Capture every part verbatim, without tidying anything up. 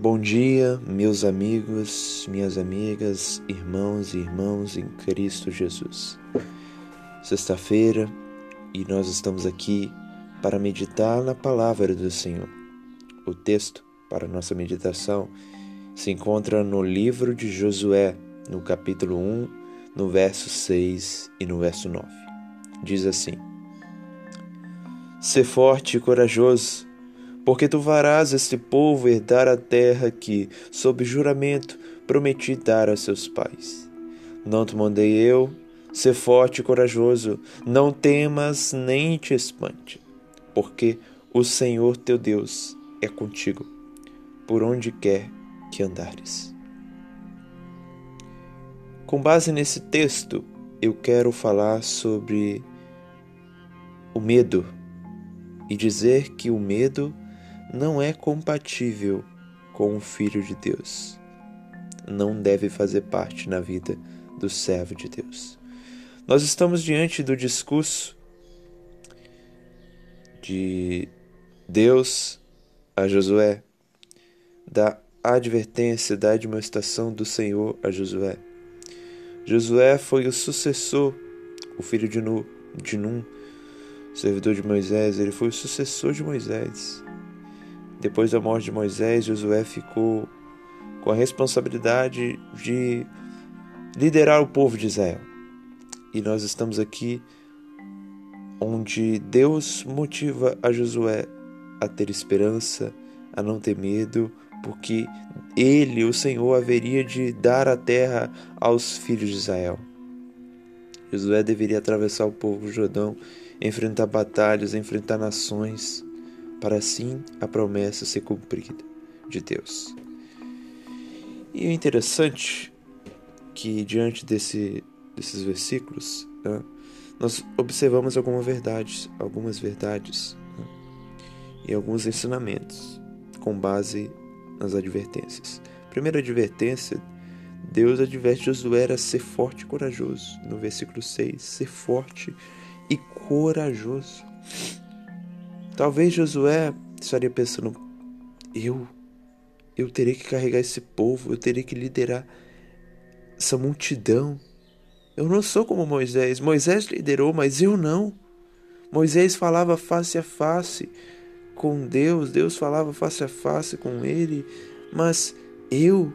Bom dia, meus amigos, minhas amigas, irmãos e irmãs em Cristo Jesus. Sexta-feira e nós estamos aqui para meditar na palavra do Senhor. O texto para nossa meditação se encontra no livro de Josué, no capítulo um, no verso seis e no verso nove. Diz assim: Sê forte e corajoso, porque tu farás este povo herdar a terra que, sob juramento, prometi dar a seus pais. Não te mandei eu? Sê forte e corajoso, não temas nem te espante, porque o Senhor teu Deus é contigo, por onde quer que andares. Com base nesse texto, eu quero falar sobre o medo e dizer que o medo não é compatível com o Filho de Deus. Não deve fazer parte na vida do servo de Deus. Nós estamos diante do discurso de Deus a Josué, da advertência, da admoestação do Senhor a Josué. Josué foi o sucessor, o filho de Nun, de Nun, servidor de Moisés, ele foi o sucessor de Moisés. Depois da morte de Moisés, Josué ficou com a responsabilidade de liderar o povo de Israel. E nós estamos aqui onde Deus motiva a Josué a ter esperança, a não ter medo, porque ele, o Senhor, haveria de dar a terra aos filhos de Israel. Josué deveria atravessar o povo do Jordão, enfrentar batalhas, enfrentar nações, para assim a promessa ser cumprida de Deus. E é interessante que diante desse, desses versículos, né, nós observamos algumas verdades, algumas verdades né, e alguns ensinamentos com base nas advertências. Primeira advertência, Deus adverte Josué a ser forte e corajoso. No versículo seis, ser forte e corajoso. Talvez Josué estaria pensando, eu, eu terei que carregar esse povo, eu terei que liderar essa multidão. Eu não sou como Moisés. Moisés liderou, mas eu não. Moisés falava face a face com Deus, Deus falava face a face com ele, mas eu...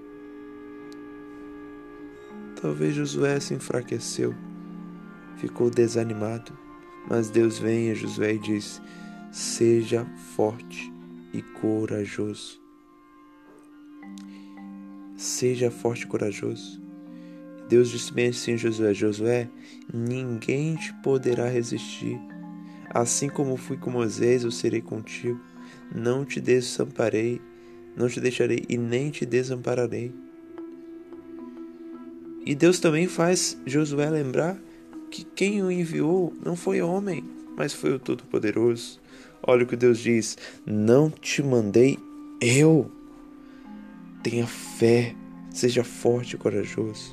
Talvez Josué se enfraqueceu, ficou desanimado, mas Deus vem a Josué e diz: seja forte e corajoso. Seja forte e corajoso. Deus disse bem assim a Josué: Josué, ninguém te poderá resistir. Assim como fui com Moisés, eu serei contigo. Não te desamparei, não te deixarei e nem te desampararei. E Deus também faz Josué lembrar que quem o enviou não foi homem, mas foi o Todo-Poderoso. Olha o que Deus diz: não te mandei eu. Tenha fé, seja forte e corajoso.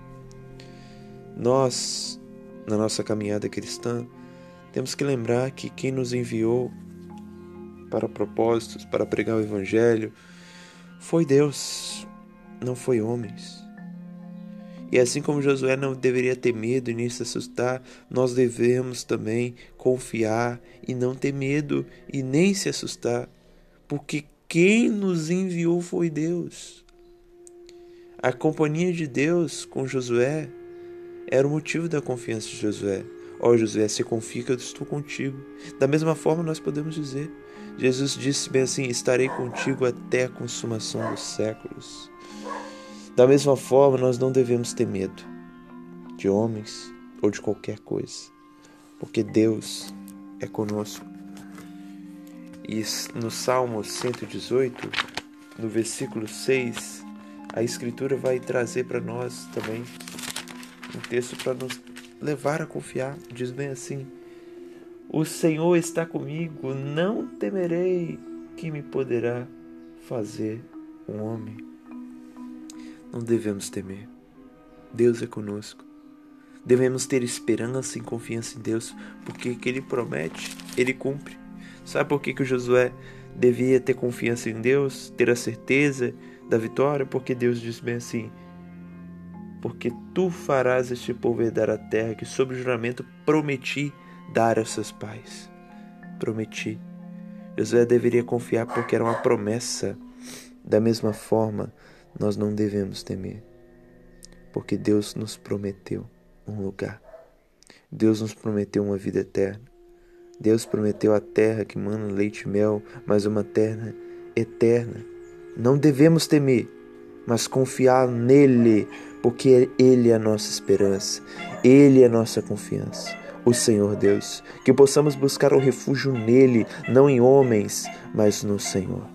Nós, na nossa caminhada cristã, temos que lembrar que quem nos enviou para propósitos, para pregar o Evangelho, foi Deus, não foi homens. E assim como Josué não deveria ter medo e nem se assustar, nós devemos também confiar e não ter medo e nem se assustar, porque quem nos enviou foi Deus. A companhia de Deus com Josué era o motivo da confiança de Josué. Ó oh, Josué, se confia que eu estou contigo. Da mesma forma nós podemos dizer, Jesus disse bem assim: estarei contigo até a consumação dos séculos. Da mesma forma, nós não devemos ter medo de homens ou de qualquer coisa, porque Deus é conosco. E no Salmo cento e dezoito, no versículo seis, a Escritura vai trazer para nós também um texto para nos levar a confiar. Diz bem assim: o Senhor está comigo, não temerei, que me poderá fazer um homem. Não devemos temer. Deus é conosco. Devemos ter esperança e confiança em Deus, porque o que Ele promete, Ele cumpre. Sabe por que que o Josué devia ter confiança em Deus, ter a certeza da vitória, porque Deus diz bem assim: porque tu farás este povo herdar a terra que sob juramento prometi dar aos seus pais. Prometi. Josué deveria confiar porque era uma promessa. Da mesma forma, nós não devemos temer, porque Deus nos prometeu um lugar. Deus nos prometeu uma vida eterna. Deus prometeu a terra que mana leite e mel, mas uma terra eterna. Não devemos temer, mas confiar nele, porque Ele é a nossa esperança, Ele é a nossa confiança, o Senhor Deus. Que possamos buscar o refúgio nele, não em homens, mas no Senhor.